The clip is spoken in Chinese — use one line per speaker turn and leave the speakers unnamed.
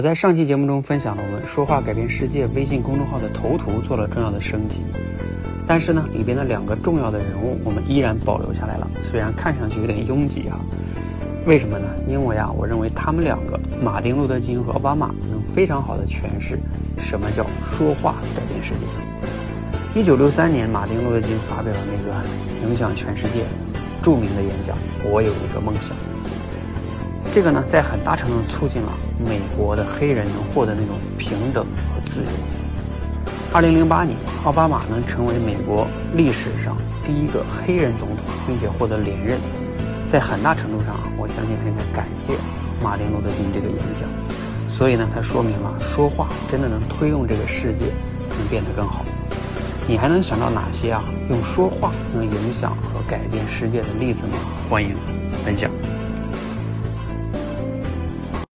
我在上期节目中分享了我们说话改变世界微信公众号的头图做了重要的升级，但是呢，里边的2个重要的人物我们依然保留下来了，虽然看上去有点拥挤为什么呢？因为我认为他们2个，马丁·路德·金和奥巴马，能非常好的诠释什么叫说话改变世界。1963年，马丁·路德·金发表了那个影响全世界著名的演讲《我有一个梦想》。这个呢，在很大程度促进了美国的黑人能获得那种平等和自由。2008年，奥巴马能成为美国历史上第一个黑人总统，并且获得连任。在很大程度上，我相信他应该感谢马丁·路德·金这个演讲。所以呢，他说明了说话真的能推动这个世界能变得更好。你还能想到哪些用说话能影响和改变世界的例子呢？欢迎分享。